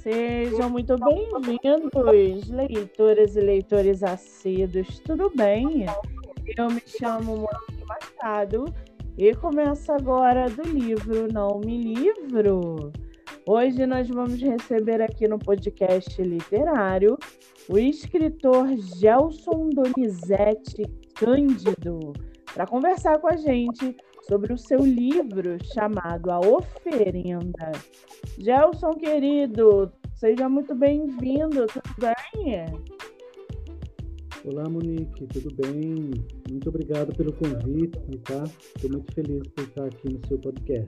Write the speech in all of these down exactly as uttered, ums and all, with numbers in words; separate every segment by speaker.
Speaker 1: Sejam muito bem-vindos, leitoras e leitores assíduos, tudo bem? Eu me chamo Monique Machado e começo agora do livro Não Me Livro. Hoje nós vamos receber aqui no podcast literário o escritor Gelson Donizete Cândido para conversar com a gente sobre o seu livro chamado A Oferenda. Gelson, querido, seja muito bem-vindo, tudo bem?
Speaker 2: Olá, Monique, tudo bem? Muito obrigado pelo convite, tá? Estou muito feliz por estar aqui no seu podcast.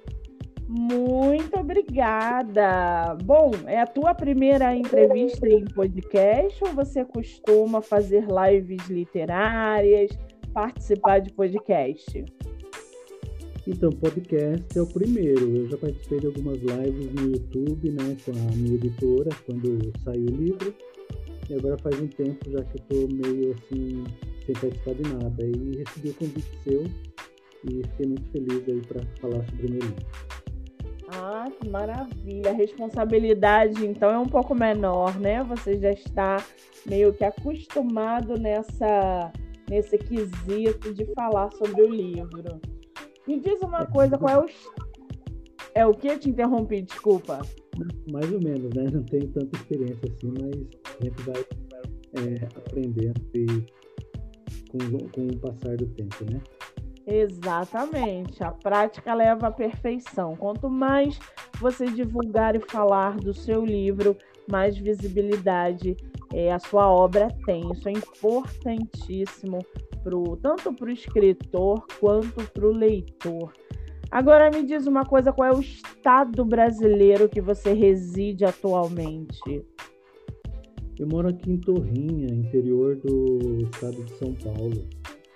Speaker 1: Muito obrigada. Bom, é a tua primeira entrevista em podcast ou você costuma fazer lives literárias, participar de podcast?
Speaker 2: Então, podcast é o primeiro. Eu já participei de algumas lives no YouTube, né, com a minha editora, quando saiu o livro. E agora faz um tempo já que eu estou meio assim, sem participar de nada. E recebi o convite seu e fiquei muito feliz aí para falar sobre o meu livro.
Speaker 1: Ah, que maravilha. A responsabilidade, então, é um pouco menor, né? Você já está meio que acostumado nessa, nesse quesito de falar sobre o livro. Me diz uma coisa, qual é o... É o que? Eu te interrompi, desculpa.
Speaker 2: Mais ou menos, né? Não tenho tanta experiência assim, mas a gente vai é, aprendendo e com, com o passar do tempo, né?
Speaker 1: Exatamente. A prática leva à perfeição. Quanto mais você divulgar e falar do seu livro, mais visibilidade é, a sua obra tem. Isso é importantíssimo pro, tanto para o escritor quanto para o leitor. Agora me diz uma coisa, qual é o estado brasileiro que você reside atualmente?
Speaker 2: Eu moro aqui em Torrinha, interior do estado de São Paulo.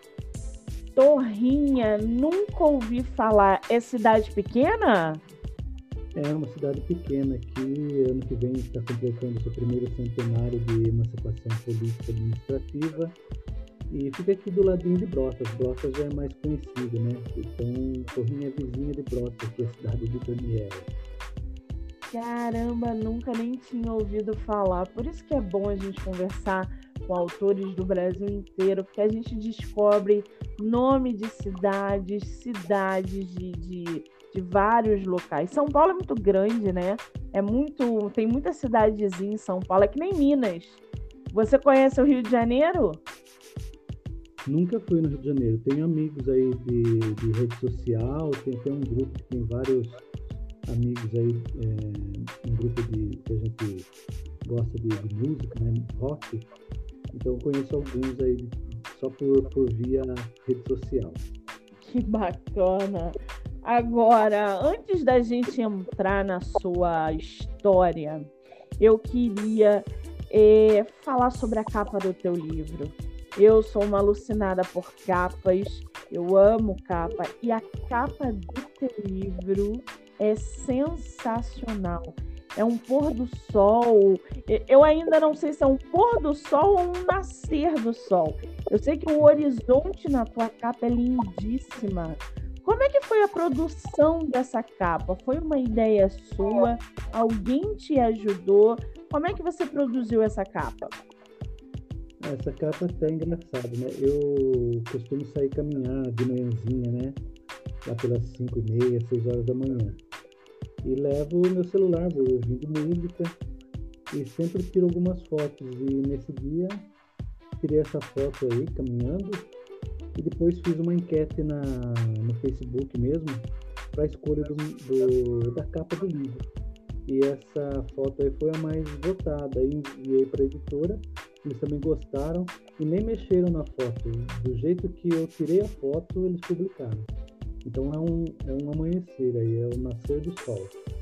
Speaker 1: Torrinha, nunca ouvi falar. É cidade pequena?
Speaker 2: É uma cidade pequena que ano que vem está completando seu primeiro centenário de emancipação política administrativa e fica aqui do ladinho de Brotas. Brotas já é mais conhecido, né? Então, Torrinha é vizinha de Brotas, que é a cidade de Daniela.
Speaker 1: Caramba, nunca nem tinha ouvido falar. Por isso que é bom a gente conversar com autores do Brasil inteiro, porque a gente descobre nome de cidades, cidades de, de, de vários locais. São Paulo é muito grande, né? É muito, tem muita cidadezinha em São Paulo, é que nem Minas. Você conhece o Rio de Janeiro?
Speaker 2: Nunca fui no Rio de Janeiro. Tenho amigos aí de, de rede social, tem até um grupo que tem vários amigos aí, é, um grupo de, que a gente gosta de, de música, né? Rock. Então eu conheço alguns aí só por, por via rede social.
Speaker 1: Que bacana! Agora, antes da gente entrar na sua história, eu queria é, falar sobre a capa do teu livro. Eu sou uma alucinada por capas, eu amo capa, e a capa do teu livro é sensacional. É um pôr do sol. Eu ainda não sei se é um pôr do sol ou um nascer do sol. Eu sei que o horizonte na tua capa é lindíssima. Como é que foi a produção dessa capa? Foi uma ideia sua? Alguém te ajudou? Como é que você produziu essa capa?
Speaker 2: Essa capa é até engraçada, né? Eu costumo sair caminhar de manhãzinha, né? Lá pelas cinco e meia, seis horas da manhã. E levo o meu celular, vou ouvindo música e sempre tiro algumas fotos. E nesse dia, tirei essa foto aí, caminhando, e depois fiz uma enquete na, no Facebook mesmo, para a escolha do, do, da capa do livro. E essa foto aí foi a mais votada. Aí enviei para a editora, eles também gostaram e nem mexeram na foto. Do jeito que eu tirei a foto, eles publicaram. Então é um, é um amanhecer aí, é o nascer do sol.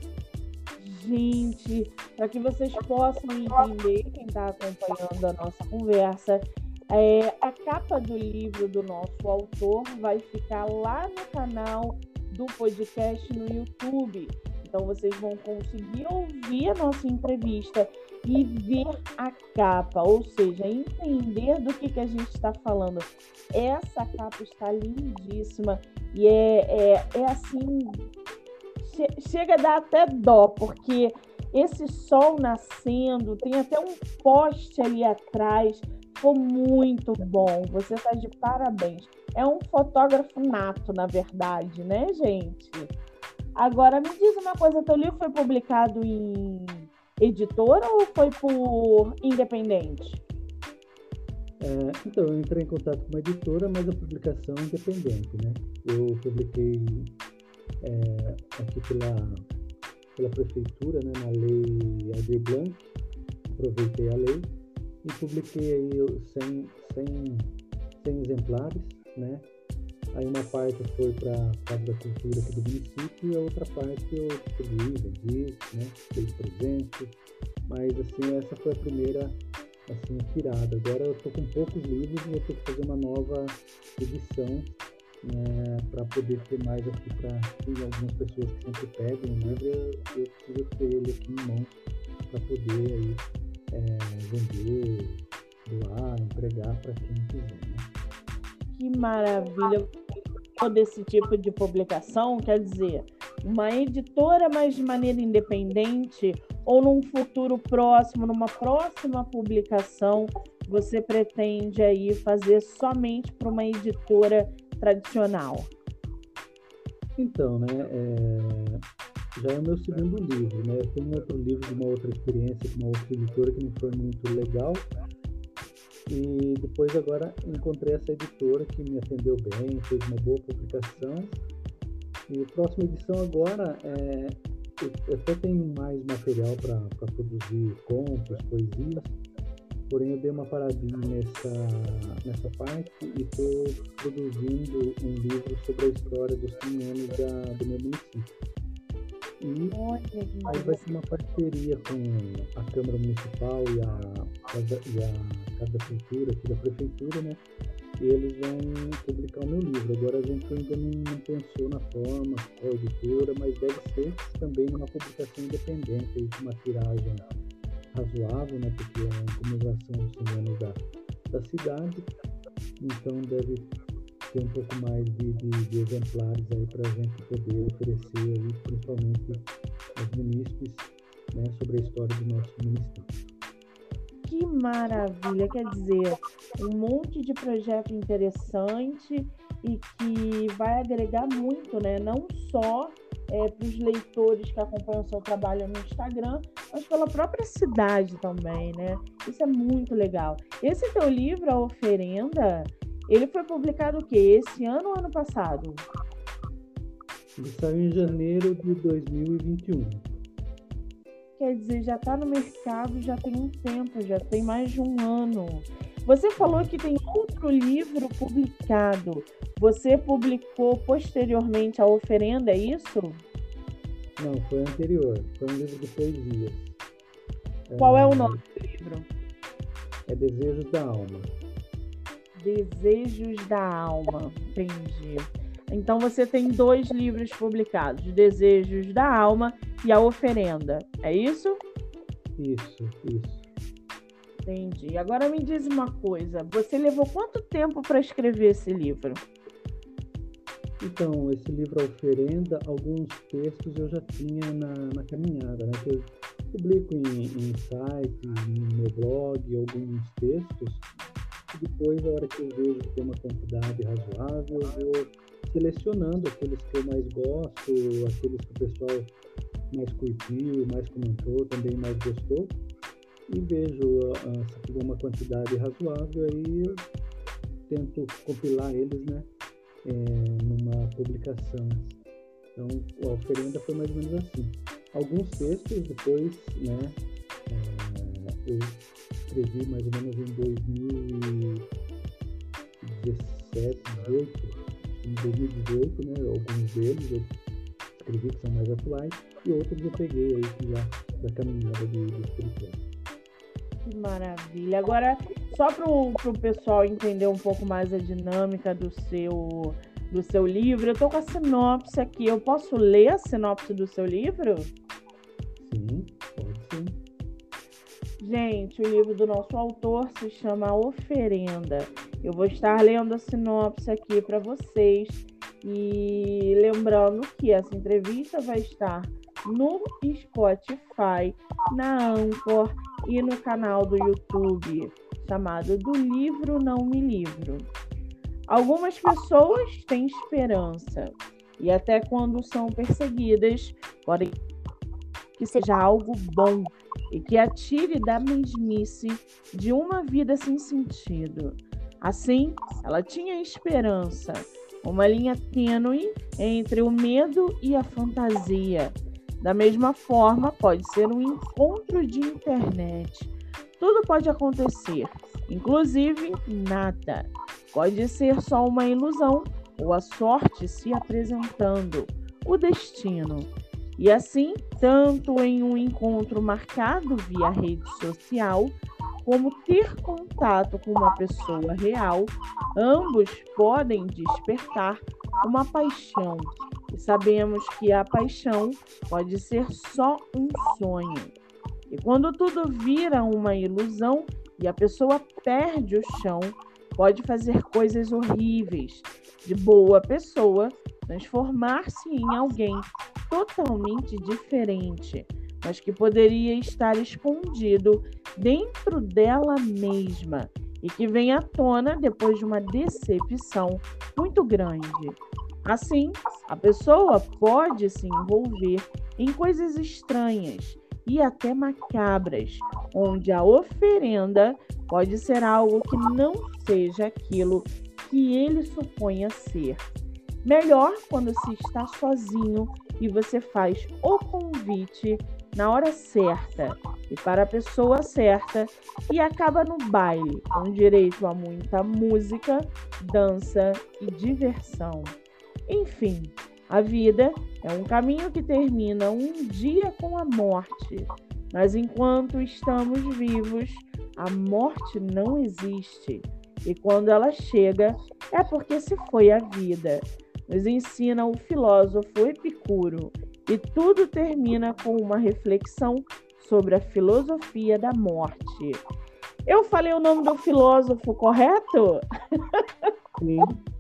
Speaker 1: Gente, para que vocês possam entender, quem está acompanhando a nossa conversa, é, a capa do livro do nosso autor vai ficar lá no canal do podcast no YouTube. Então vocês vão conseguir ouvir a nossa entrevista e ver a capa, ou seja, entender do que, que a gente está falando. Essa capa está lindíssima e é, é, é assim, che- chega a dar até dó, porque esse sol nascendo, tem até um poste ali atrás. Ficou muito bom. Você está de parabéns. É um fotógrafo nato, na verdade, né, gente? Agora, me diz uma coisa, teu livro foi publicado em editora ou foi por independente?
Speaker 2: É, então, eu entrei em contato com uma editora, mas a publicação é independente, né? Eu publiquei é, aqui pela, pela prefeitura, né, na lei Aldir Blanc, aproveitei a lei e publiquei aí cem, cem, cem exemplares, né? Aí uma parte foi para a Casa da Cultura aqui do município e a outra parte eu distribuí, vendi, né? Fiz presente, mas assim, essa foi a primeira assim, tirada. Agora eu estou com poucos livros e vou ter que fazer uma nova edição, né, para poder ter mais aqui para algumas pessoas que sempre pedem um livro, eu, eu preciso ter ele aqui em mãos para poder aí é, vender, doar, entregar para quem quiser, né?
Speaker 1: Que maravilha! Todo esse tipo de publicação, quer dizer, uma editora, mas de maneira independente, ou num futuro próximo, numa próxima publicação, você pretende aí fazer somente para uma editora tradicional?
Speaker 2: Então, né, é, já é o meu segundo livro, né? Eu tenho outro livro de uma outra experiência com uma outra editora que não foi muito legal. E depois agora encontrei essa editora que me atendeu bem, fez uma boa publicação. E a próxima edição agora, é, eu até tenho mais material para produzir contos, poesias, porém eu dei uma paradinha nessa, nessa parte e estou produzindo um livro sobre a história dos cem anos da, do meu município. E aí vai ser uma parceria com a Câmara Municipal e a, e a Casa da Cultura aqui da Prefeitura, né? E eles vão publicar o meu livro. Agora a gente ainda não, não pensou na forma, qual editora, mas deve ser também uma publicação independente, aí, com uma tiragem razoável, né? Porque é uma comemoração dos cem anos da, da cidade, então deve ter um pouco mais de, de, de exemplares aí para a gente poder oferecer aí, principalmente aos munícipes, né, sobre a história do nosso município.
Speaker 1: Que maravilha! Quer dizer, um monte de projeto interessante e que vai agregar muito, né? Não só é, para os leitores que acompanham o seu trabalho no Instagram, mas pela própria cidade também, né? Isso é muito legal. Esse teu livro, A Oferenda, ele foi publicado o quê? Esse ano ou ano passado?
Speaker 2: Ele saiu em janeiro de dois mil e vinte e um.
Speaker 1: Quer dizer, já está no mercado, já tem um tempo, já tem mais de um ano. Você falou que tem outro livro publicado. Você publicou posteriormente A Oferenda, é isso?
Speaker 2: Não, foi anterior. Foi um livro de poesias.
Speaker 1: Qual é, é o nome do livro?
Speaker 2: É Desejos da Alma.
Speaker 1: Desejos da Alma, entendi. Então você tem dois livros publicados, Desejos da Alma e A Oferenda, é isso?
Speaker 2: Isso, isso.
Speaker 1: Entendi. Agora me diz uma coisa, você levou quanto tempo para escrever esse livro?
Speaker 2: Então, esse livro A Oferenda, alguns textos eu já tinha na, na caminhada, né? Que eu publico em, em site, no meu blog, alguns textos, e depois, na hora que eu vejo que tem uma quantidade razoável, eu vou selecionando aqueles que eu mais gosto, aqueles que o pessoal mais curtiu, mais comentou, também mais gostou, e vejo uh, se tiver uma quantidade razoável, aí eu tento compilar eles, né, é, numa publicação. Então, a Oferenda foi mais ou menos assim. Alguns textos depois, né, é, eu escrevi mais ou menos em dois mil e dezessete, dezoito, em dois mil e dezoito, né, alguns deles eu escrevi que são mais atuais, e outros eu peguei aí já da caminhada de, de escritório.
Speaker 1: Que maravilha! Agora, só para o pessoal entender um pouco mais a dinâmica do seu, do seu livro, eu estou com a sinopse aqui. Eu posso ler a sinopse do seu livro?
Speaker 2: Sim, pode sim.
Speaker 1: Gente, o livro do nosso autor se chama A Oferenda. Eu vou estar lendo a sinopse aqui para vocês. E lembrando que essa entrevista vai estar no Spotify, na Anchor e no canal do YouTube, chamado Do Livro Não Me Livro. Algumas pessoas têm esperança e até quando são perseguidas, podem que seja algo bom e que a tire da mesmice de uma vida sem sentido. Assim, ela tinha esperança, uma linha tênue entre o medo e a fantasia. Da mesma forma, pode ser um encontro de internet. Tudo pode acontecer, inclusive nada. Pode ser só uma ilusão ou a sorte se apresentando, o destino. E assim, tanto em um encontro marcado via rede social, como ter contato com uma pessoa real, ambos podem despertar uma paixão. E sabemos que a paixão pode ser só um sonho. E quando tudo vira uma ilusão e a pessoa perde o chão, pode fazer coisas horríveis, de boa pessoa, transformar-se em alguém totalmente diferente, mas que poderia estar escondido dentro dela mesma e que vem à tona depois de uma decepção muito grande. Assim, a pessoa pode se envolver em coisas estranhas e até macabras, onde a oferenda pode ser algo que não seja aquilo que ele supunha ser. Melhor quando se está sozinho e você faz o convite na hora certa e para a pessoa certa e acaba no baile, com direito a muita música, dança e diversão. Enfim, a vida é um caminho que termina um dia com a morte, mas enquanto estamos vivos, a morte não existe. E quando ela chega, é porque se foi a vida. Nos ensina o filósofo Epicuro, e tudo termina com uma reflexão sobre a filosofia da morte. Eu falei o nome do filósofo correto?
Speaker 2: Sim.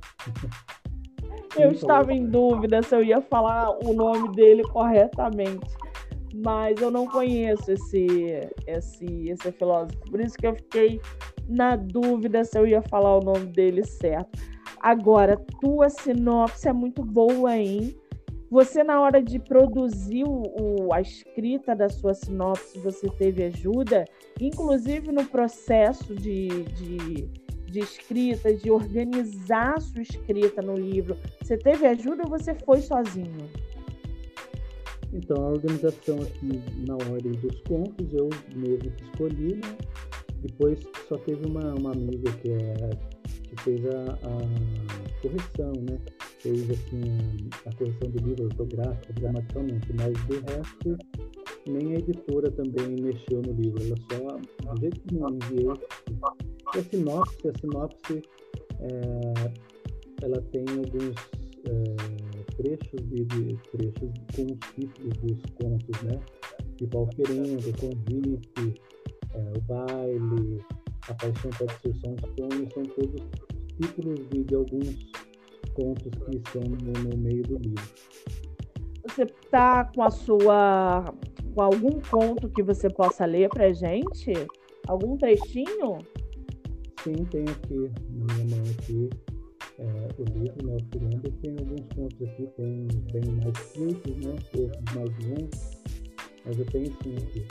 Speaker 1: Eu estava em dúvida se eu ia falar o nome dele corretamente, mas eu não conheço esse, esse, esse filósofo, por isso que eu fiquei na dúvida se eu ia falar o nome dele certo. Agora, tua sinopse é muito boa, hein? Você, na hora de produzir o, o, a escrita da sua sinopse, você teve ajuda, inclusive no processo de, de, de escrita, de organizar a sua escrita no livro. Você teve ajuda ou você foi sozinho?
Speaker 2: Então, a organização aqui na ordem dos contos, eu mesmo que escolhi, né? Depois só teve uma, uma amiga que, é, que fez a, a correção, né? Fez assim, a, a correção do livro ortográfico, gramaticalmente, mas do resto, nem a editora também mexeu no livro, ela só, do jeito que eu enviei. E a sinopse, a sinopse, é, ela tem alguns é, trechos, de, de, trechos com os títulos dos contos, né? Tipo a oferenda, o convite, é, o baile, a paixão pode ser só um sonho, são todos títulos de, de alguns contos que estão no, no meio do livro.
Speaker 1: Você está com a sua, com algum conto que você possa ler pra gente? Algum trechinho?
Speaker 2: Sim, tem aqui na minha mão aqui é, o livro, né, o Oferenda, tem alguns contos aqui, tem bem mais curtos, né, outros mais longos, mas eu tenho sim aqui.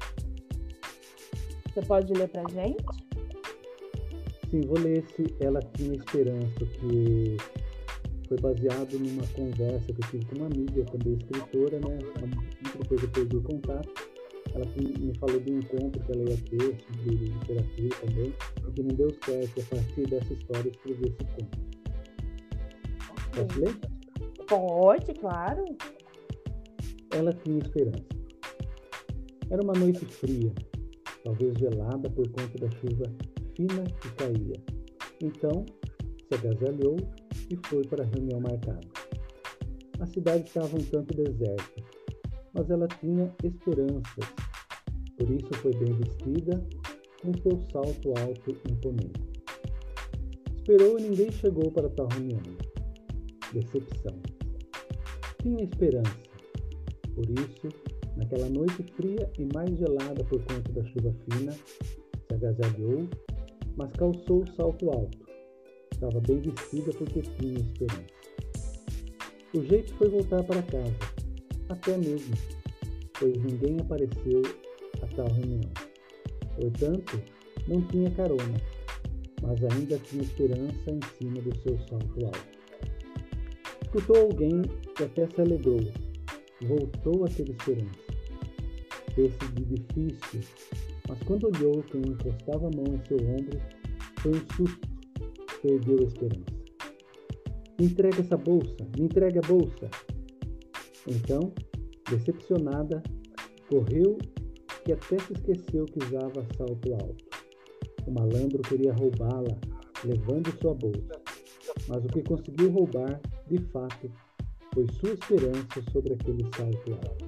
Speaker 1: Você pode ler pra gente?
Speaker 2: Sim, vou ler esse Ela Tinha Esperança, que foi baseado numa conversa que eu tive com uma amiga, também escritora, né? Depois eu perdi o contato. Ela me falou de um encontro que ela ia ter sobre literatura também, e que não deu certo. A partir dessa história, eu escrevi esse conto. Posso ler?
Speaker 1: Pode, claro.
Speaker 2: Ela Tinha Esperança. Era uma noite fria, talvez gelada por conta da chuva fina que caía. Então, se agasalhou e foi para a reunião marcada. A cidade estava um tanto deserta, mas ela tinha esperanças. Por isso foi bem vestida, com seu salto alto e imponente. Esperou e ninguém chegou para tal reunião. Decepção. Tinha esperança. Por isso, naquela noite fria e mais gelada por conta da chuva fina, se agasalhou, mas calçou o salto alto. Estava bem vestida porque tinha esperança. O jeito foi voltar para casa, até mesmo, pois ninguém apareceu a tal reunião. Portanto, não tinha carona, mas ainda tinha esperança em cima do seu salto alto. Escutou alguém que até se alegrou. Voltou a ter esperança. Fez-se de difícil, mas quando olhou quem encostava a mão em seu ombro, foi um susto. Perdeu a esperança. Me entrega essa bolsa, me entrega a bolsa. Então, decepcionada, correu que até se esqueceu que usava salto alto. O malandro queria roubá-la, levando sua bolsa. Mas o que conseguiu roubar, de fato, foi sua esperança sobre aquele salto alto.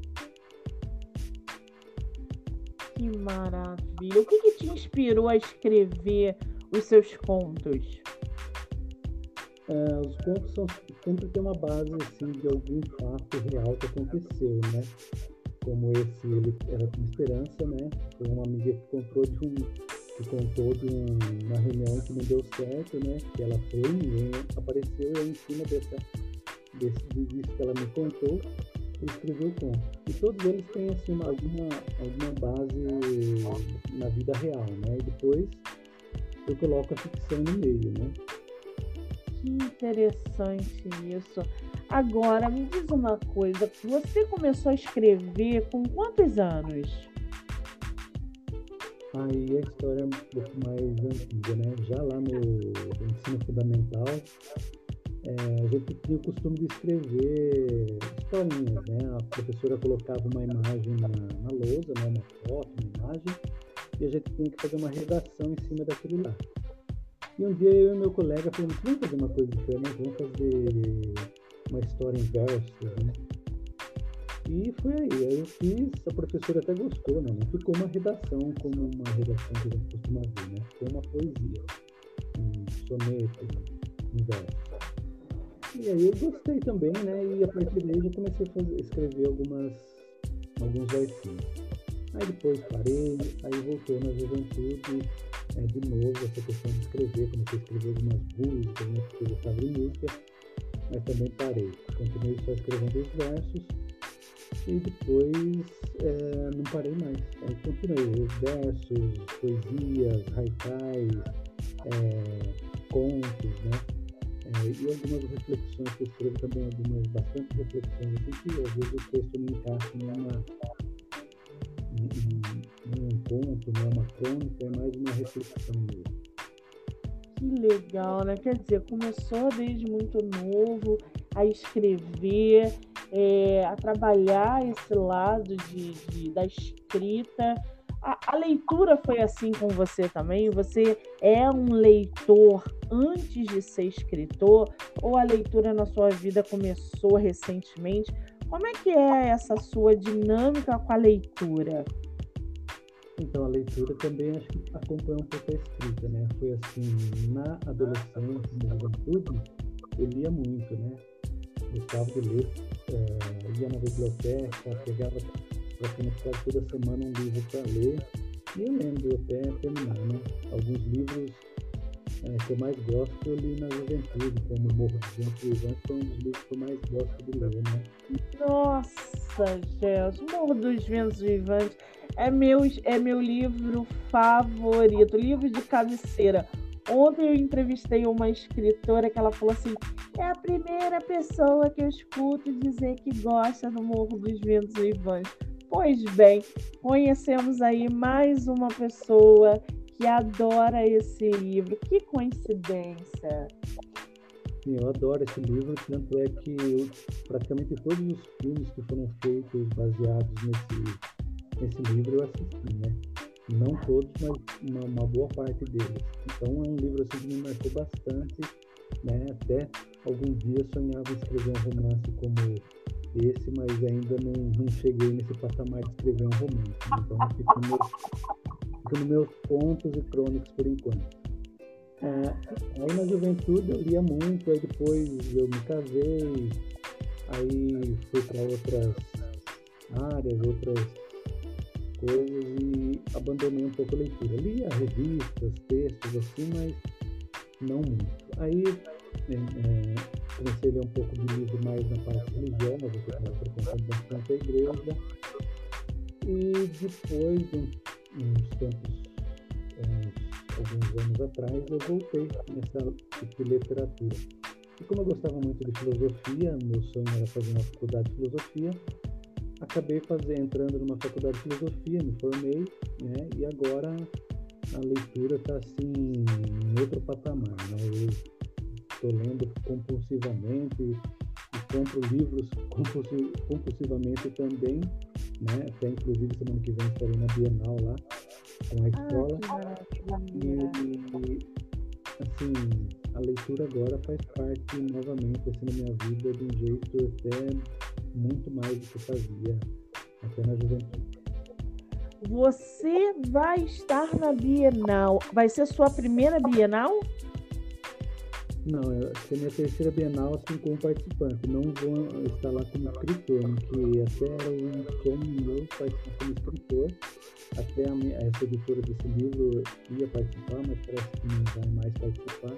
Speaker 1: Que maravilha! O que, que te inspirou a escrever os seus contos?
Speaker 2: É, os contos são, sempre tem uma base assim, de algum fato real que aconteceu, né? Como esse, ele era com esperança, né? Foi uma amiga que contou de um, que contou de um, uma reunião que não deu certo, né? Que ela foi, ninguém apareceu, e aí, em cima dessa, desse, disso que ela me contou, eu escrevi o conto. E todos eles têm assim, uma, alguma, alguma base na vida real, né? E depois eu coloco a ficção no meio, né?
Speaker 1: Que interessante isso. Agora, me diz uma coisa. Você começou a escrever com quantos anos?
Speaker 2: Aí a história é um pouco mais antiga, né? Já lá no ensino fundamental, é, a gente tinha o costume de escrever historinhas, né? A professora colocava uma imagem na, na lousa, né? Uma foto, uma imagem, e a gente tinha que fazer uma redação em cima daquilo lá. E um dia eu e meu colega falamos, vamos fazer uma coisa diferente, vamos fazer uma história em versos, né? E foi aí, aí eu fiz, a professora até gostou, né? Não ficou uma redação como uma redação que a gente costuma ver, né? Ficou uma poesia, um soneto, um verso. E aí eu gostei também, né? E a partir daí eu comecei a fazer, escrever algumas, alguns versinhos. Aí depois parei, aí voltou na juventude, é, de novo, essa questão de escrever, comecei a escrever algumas músicas, né, porque eu gostava de música, mas também parei. Continuei só escrevendo os versos e depois é, não parei mais. Aí continuei, os versos, poesias, haikais, é, contos, né, é, e algumas reflexões que eu escrevo também, algumas, bastante reflexões, assim, que às vezes o texto não encaixa em uma um, um conto, não é uma crônica, é mais uma reflexão mesmo.
Speaker 1: Que legal, né? Quer dizer, começou desde muito novo a escrever, é, a trabalhar esse lado de, de, da escrita. A, a leitura foi assim com você também? Você é um leitor antes de ser escritor? Ou a leitura na sua vida começou recentemente? Como é que é essa sua dinâmica com a leitura?
Speaker 2: Então, a leitura também acho que acompanha um pouco a escrita, né? Foi assim, na adolescência, na juventude, eu lia muito, né? Gostava de ler, é, ia na biblioteca, pegava praticamente quase toda semana um livro para ler, e eu lembro até terminar, né? Alguns livros é, que eu mais gosto eu li na juventude, como Morro dos Ventos Uivantes, foi um dos livros que eu mais gosto de ler, né?
Speaker 1: Nossa, Gelson, Morro dos Ventos Uivantes é meu, é meu livro favorito, livro de cabeceira. Ontem eu entrevistei uma escritora que ela falou assim, é a primeira pessoa que eu escuto dizer que gosta do Morro dos Ventos Uivantes. Pois bem, conhecemos aí mais uma pessoa que adora esse livro. Que coincidência!
Speaker 2: Sim, eu adoro esse livro, tanto é que eu, praticamente todos os filmes que foram feitos baseados nesse, nesse livro eu assisti, né? Não todos, mas uma, uma boa parte deles. Então é um livro assim, que me marcou bastante, né? Até algum dia sonhava em escrever um romance como esse, mas ainda não, não cheguei nesse patamar de escrever um romance. Então eu fico, no, fico nos meus contos e crônicas por enquanto. É, aí na juventude eu lia muito, aí depois eu me casei, aí fui para outras áreas, outras coisas e abandonei um pouco a leitura. Lia revistas, textos assim, mas não muito. Aí é, é, comecei a ler um pouco de livro mais na parte religiosa, porque eu estava frequentando bastante a igreja. E depois, uns, uns tempos, uns, alguns anos atrás, eu voltei nessa tipo de literatura. E como eu gostava muito de filosofia, meu sonho era fazer uma faculdade de filosofia, acabei fazer, entrando numa faculdade de filosofia, me formei, né? E agora a leitura está assim, em outro patamar, né? Eu estou lendo compulsivamente e compro livros compulsi- compulsivamente também, né? Até inclusive semana que vem estarei na Bienal lá com a escola.
Speaker 1: Ah, que
Speaker 2: E,
Speaker 1: maravilha.
Speaker 2: assim, a leitura agora faz parte novamente assim, da minha vida de um jeito até muito mais do que fazia até na juventude.
Speaker 1: Você vai estar na Bienal. Vai ser sua primeira Bienal?
Speaker 2: Não, eu acho que é a minha terceira Bienal assim como participante. Não vou estar lá como escritor, né, que até era um sonho meu participar como escritor. Até a minha, essa editora desse livro ia participar, mas parece que não vai mais participar.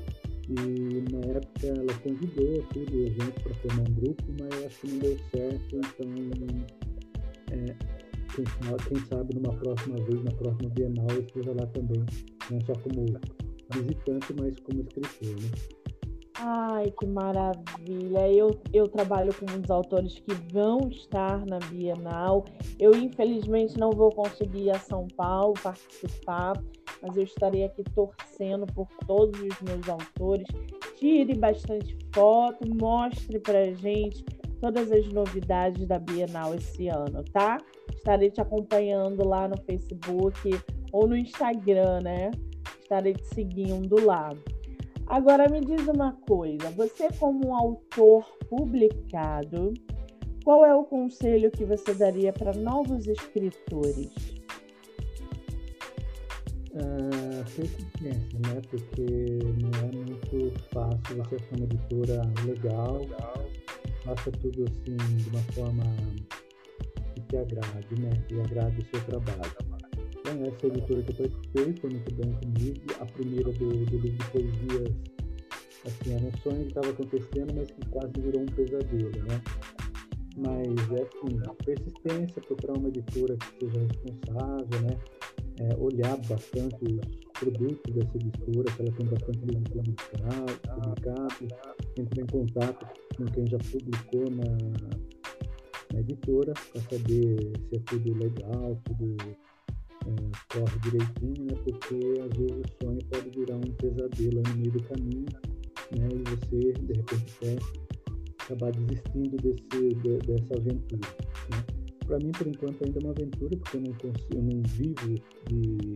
Speaker 2: E na época ela convidou tudo, a gente para formar um grupo, mas eu acho que não deu certo. Então, é, quem, quem sabe numa próxima vez, na próxima Bienal, eu esteja lá também, não só como visitante, mas como escritor, né?
Speaker 1: Ai, que maravilha! Eu, eu trabalho com uns autores que vão estar na Bienal. Eu, infelizmente, não vou conseguir ir a São Paulo participar, mas eu estarei aqui torcendo por todos os meus autores. Tire bastante foto, mostre pra gente todas as novidades da Bienal esse ano, tá? Estarei te acompanhando lá no Facebook ou no Instagram, né? Estarei te seguindo lá. Agora me diz uma coisa, você como um autor publicado, qual é o conselho que você daria para novos escritores?
Speaker 2: Ah, persistência, né? Porque não é muito fácil você achar uma editora legal, que faça tudo assim de uma forma que te agrade, né? Que agrade o seu trabalho. Então, essa editora que eu participei foi muito bem comigo. A primeira do, do livro de poesias, assim, era um sonho que estava acontecendo, mas que quase virou um pesadelo, né? Mas é assim, persistência, procurar uma editora que seja responsável, né? É, olhar bastante os produtos dessa editora, que ela tem bastante livro publicado, publicado, entrar em contato com quem já publicou na, na editora, para saber se é tudo legal, tudo é, corre direitinho, né? Porque às vezes o sonho pode virar um pesadelo aí no meio do caminho, né? E você, de repente, até acabar desistindo desse, de, dessa aventura, né? Para mim, por enquanto, ainda é uma aventura, porque eu não consigo, eu não vivo de,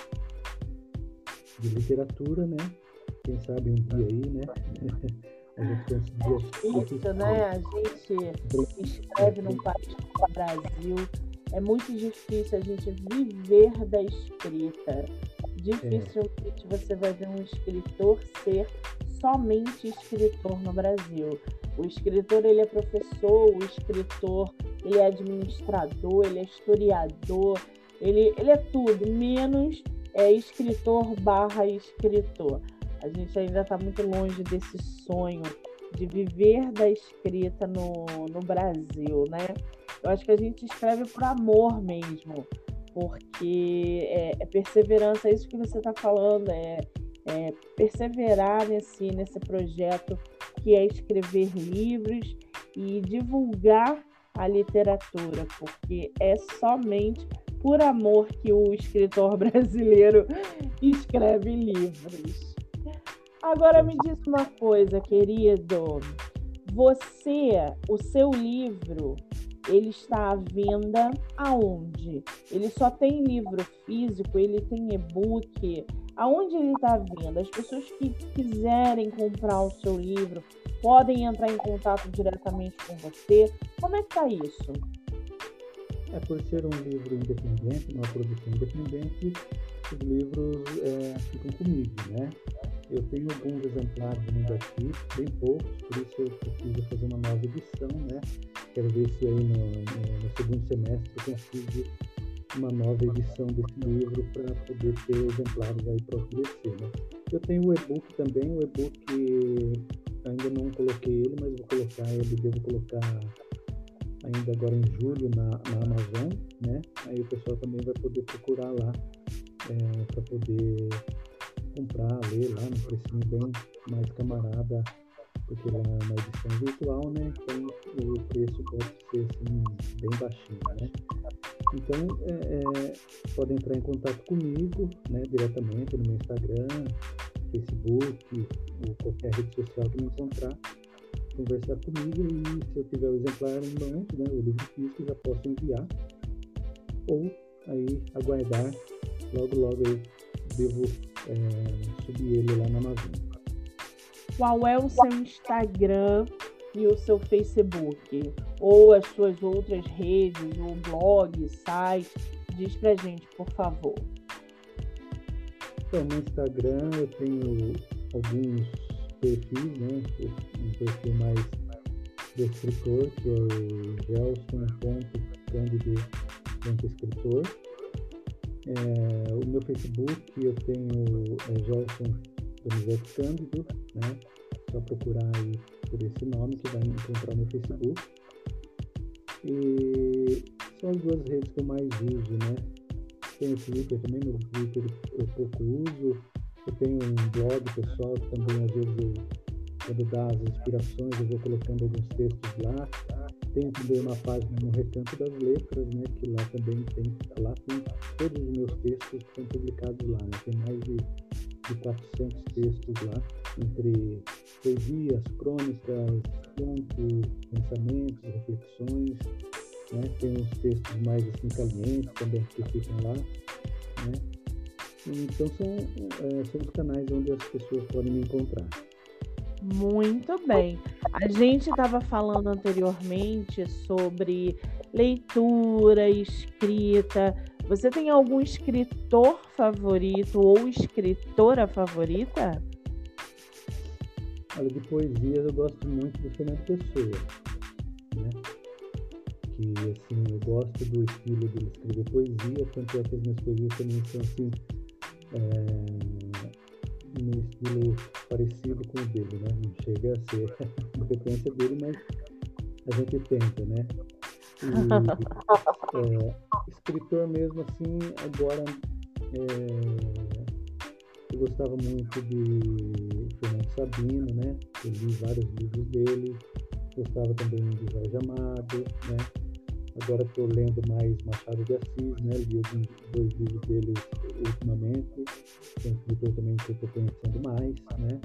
Speaker 2: de literatura, né? Quem sabe um dia aí, né? A gente conseguir...
Speaker 1: Isso, né? A gente escreve num país como o Brasil. É muito difícil a gente viver da escrita. Dificilmente é. Você vai ver um escritor ser somente escritor no Brasil. O escritor, ele é professor, o escritor, ele é administrador, ele é historiador, ele, ele é tudo, menos é, escritor barra escritor. A gente ainda está muito longe desse sonho de viver da escrita no, no Brasil, né? Eu acho que a gente escreve por amor mesmo, porque é, é perseverança, é isso que você está falando, é, é perseverar nesse, nesse projeto que é escrever livros e divulgar a literatura, porque é somente por amor que o escritor brasileiro escreve livros. Agora me diz uma coisa, querido, você, o seu livro, ele está à venda aonde? Ele só tem livro físico, ele tem e-book? Aonde ele está à venda? As pessoas que quiserem comprar o seu livro podem entrar em contato diretamente com você? Como é que está isso?
Speaker 2: É, por ser um livro independente, uma produção independente, os livros é, ficam comigo, né? Eu tenho alguns exemplares ainda aqui, bem poucos, por isso eu preciso fazer uma nova edição, né? Quero ver se aí no, no, no segundo semestre eu consigo uma nova edição desse livro para poder ter exemplares aí para oferecer, né? Eu tenho o e-book também, o e-book ainda não coloquei ele, mas vou colocar ele, devo colocar ainda agora em julho na, na Amazon, né? Aí o pessoal também vai poder procurar lá é, para poder comprar, ler lá no precinho bem mais camarada, porque lá é uma edição virtual, né? Então o preço pode ser assim, bem baixinho, né? Então é, é, podem entrar em contato comigo, né, diretamente no meu Instagram, Facebook, ou qualquer rede social que me encontrar, conversar comigo, e se eu tiver o exemplar em mãos, né, o livro físico, já posso enviar, ou aí aguardar, logo logo eu devo é, subir ele lá na Amazon.
Speaker 1: Qual é o seu Instagram e o seu Facebook? Ou as suas outras redes, ou blog, site? Diz pra gente, por favor.
Speaker 2: Então, no Instagram eu tenho alguns perfis, né? Um perfil mais de escritor, que é o gelson ponto cândido ponto escritor. É, o meu Facebook eu tenho é Gelson Donizete Cândido, né? Só procurar aí por esse nome que vai encontrar o meu Facebook. E são as duas redes que eu mais uso, né? Tenho o Twitter também, no Twitter eu pouco uso. Eu tenho um blog pessoal que também às vezes eu, quando dá as inspirações, eu vou colocando alguns textos lá. Tenho também uma página no Recanto das Letras, né? Que lá também tem, lá tem todos os meus textos que são publicados lá, né? Tem mais de, de quatrocentos textos lá, entre poesias, crônicas, contos, pensamentos, reflexões, né? Tem uns textos mais assim calientes também que ficam lá, né? Então são, é, são os canais onde as pessoas podem me encontrar.
Speaker 1: Muito bem. A gente estava falando anteriormente sobre leitura, escrita. Você tem algum escritor favorito ou escritora favorita?
Speaker 2: Olha, de poesia eu gosto muito do Fernando Pessoa, né? Que, assim, eu gosto do estilo dele escrever poesia, tanto é que as minhas poesias também são, assim, é, no estilo parecido com o dele, né? Não chega a ser a frequência dele, mas a gente tenta, né? E, é, escritor mesmo, assim, agora, é, eu gostava muito de Fernando Sabino, né? Eu li vários livros dele, gostava também de Jorge Amado, né? Agora estou lendo mais Machado de Assis, né? Li alguns dois livros dele ultimamente, é um escritor também que eu estou conhecendo mais, né?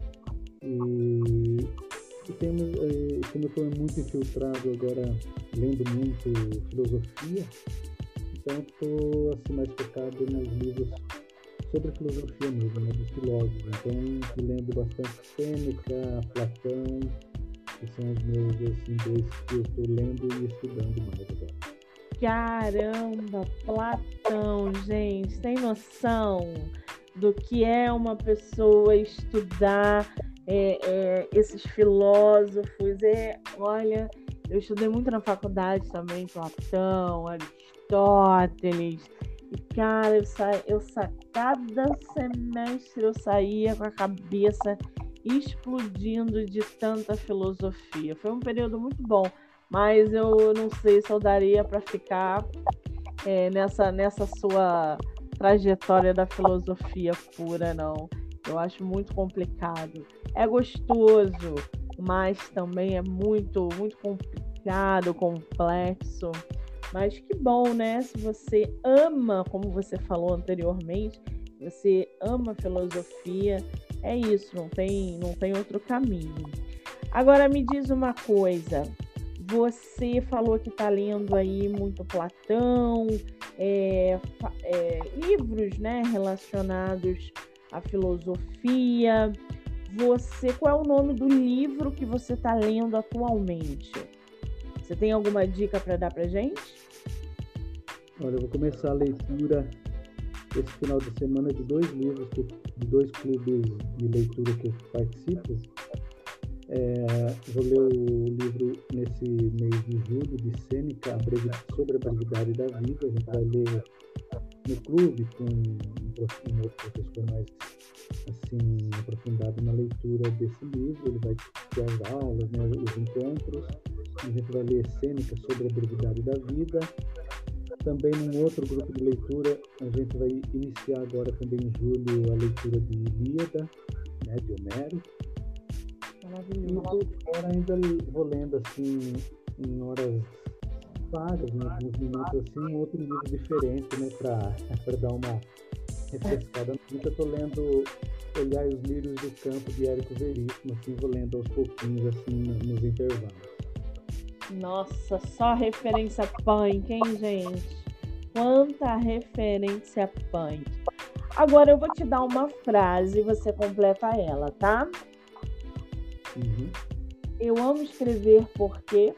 Speaker 2: E, e temos, como eu estou muito infiltrado agora, lendo muito filosofia, então estou assim, mais focado nos livros sobre a filosofia mesmo, né, dos filósofos. Então, estou lendo bastante Sêneca, Platão, que são os meus assim, dois que eu estou lendo e estudando mais agora.
Speaker 1: Caramba, Platão, gente, tem noção do que é uma pessoa estudar é, é, esses filósofos? É, olha, eu estudei muito na faculdade também, Platão, Aristóteles. E, cara, eu, sa... eu sa... cada semestre eu saía com a cabeça explodindo de tanta filosofia. Foi um período muito bom, mas eu não sei se eu daria para ficar é, nessa, nessa sua trajetória da filosofia pura, não. Eu acho muito complicado. É gostoso, mas também é muito, muito complicado, complexo. Mas que bom, né? Se você ama, como você falou anteriormente, você ama filosofia, é isso, não tem, não tem outro caminho. Agora me diz uma coisa, você falou que está lendo aí muito Platão, é, é, livros, né, relacionados à filosofia. Você, qual é o nome do livro que você está lendo atualmente? Você tem alguma dica para dar para gente?
Speaker 2: Olha, eu vou começar a leitura esse final de semana de dois livros, que, de dois clubes de leitura que eu participo. É, vou ler o livro nesse mês de julho, de Sêneca, a brevi- sobre a brevidade da vida. A gente vai ler no clube com um, prof- um outro professor mais assim, aprofundado na leitura desse livro. Ele vai ter as aulas, né, os encontros. A gente vai ler Sêneca sobre a brevidade da vida. Também num outro grupo de leitura, a gente vai iniciar agora também em julho a leitura de Ilíada, né, de Homero. E
Speaker 1: Maravilhoso.
Speaker 2: por fora ainda vou lendo assim, em horas vagas, né, alguns minutos assim, um outro livro diferente, né, para dar uma refrescada. Eu estou lendo Olhar os Lírios do Campo, de Érico Veríssimo, assim, vou lendo aos pouquinhos, assim, nos intervalos.
Speaker 1: Nossa, só referência punk, hein, gente? Quanta referência punk. Agora eu vou te dar uma frase e você completa ela, tá?
Speaker 2: Uhum.
Speaker 1: Eu amo escrever porque...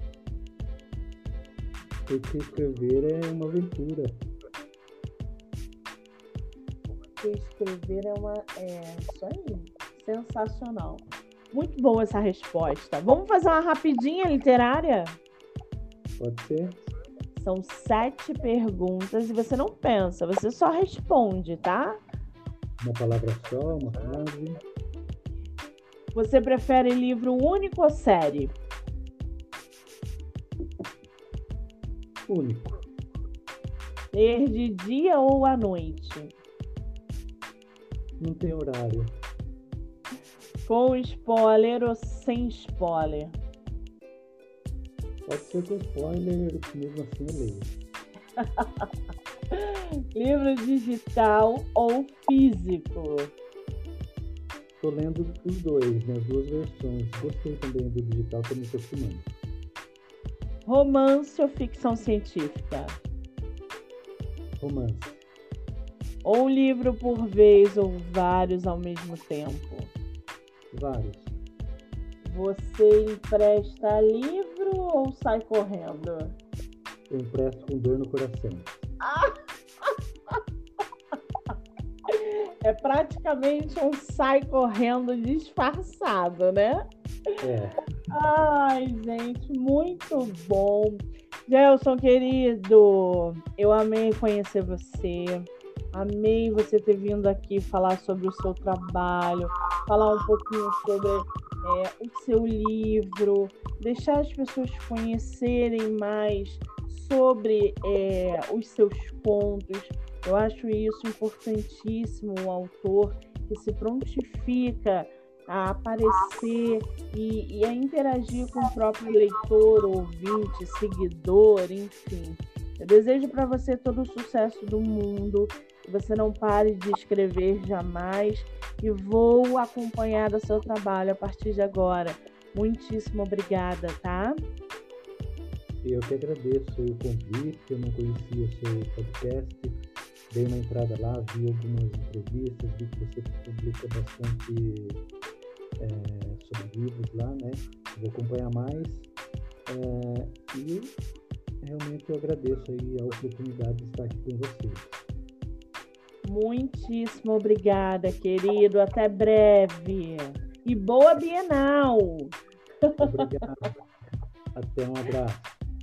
Speaker 2: Porque escrever é uma aventura.
Speaker 1: Porque escrever é uma... É isso aí. Sensacional. Muito boa essa resposta. Vamos fazer uma rapidinha literária?
Speaker 2: Pode ser?
Speaker 1: São sete perguntas e você não pensa, você só responde, tá?
Speaker 2: Uma palavra só, uma frase.
Speaker 1: Você prefere livro único ou série?
Speaker 2: Único.
Speaker 1: Ler de dia ou à noite?
Speaker 2: Não tem horário.
Speaker 1: Com spoiler ou sem spoiler?
Speaker 2: Pode ser com spoiler, mesmo assim eu leio.
Speaker 1: Livro digital ou físico?
Speaker 2: Estou lendo os dois, né, as duas versões. Gostei também do digital, estou me acostumando.
Speaker 1: Romance ou ficção científica?
Speaker 2: Romance.
Speaker 1: Ou um livro por vez ou vários ao mesmo tempo?
Speaker 2: Vários.
Speaker 1: Você empresta livro ou sai correndo?
Speaker 2: Eu empresto com dor no coração.
Speaker 1: É praticamente um sai correndo disfarçado, né?
Speaker 2: É.
Speaker 1: Ai, gente, muito bom. Gelson, querido, eu amei conhecer você. Amei você ter vindo aqui falar sobre o seu trabalho, falar um pouquinho sobre é, o seu livro, deixar as pessoas conhecerem mais sobre é, os seus contos. Eu acho isso importantíssimo, o autor que se prontifica a aparecer e, e a interagir com o próprio leitor, ouvinte, seguidor, enfim. Eu desejo para você todo o sucesso do mundo, que você não pare de escrever jamais e vou acompanhar o seu trabalho a partir de agora. Muitíssimo obrigada, tá?
Speaker 2: Eu que agradeço o convite, eu não conhecia o seu podcast, dei uma entrada lá, vi algumas entrevistas, vi que você publica bastante é, sobre livros lá, né? Vou acompanhar mais é, e realmente eu agradeço aí a oportunidade de estar aqui com vocês.
Speaker 1: Muitíssimo obrigada, querido. Até breve. E boa Bienal!
Speaker 2: Obrigado. Até, um abraço.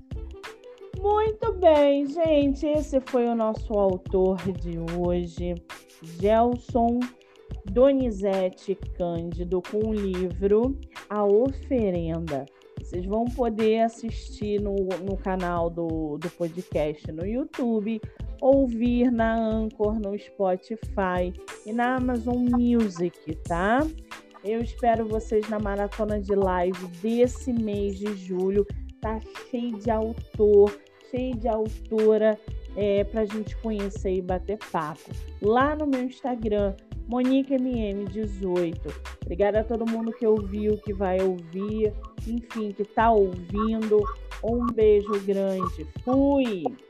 Speaker 1: Muito bem, gente. Esse foi o nosso autor de hoje, Gelson Donizete Cândido, com o livro A Oferenda. Vocês vão poder assistir no, no canal do, do podcast no YouTube, ouvir na Anchor, no Spotify e na Amazon Music, tá? Eu espero vocês na maratona de live desse mês de julho. Tá cheio de autor, cheio de autora é, pra gente conhecer e bater papo. Lá no meu Instagram, Monique M M dezoito. Obrigada a todo mundo que ouviu, que vai ouvir, enfim, que tá ouvindo. Um beijo grande. Fui!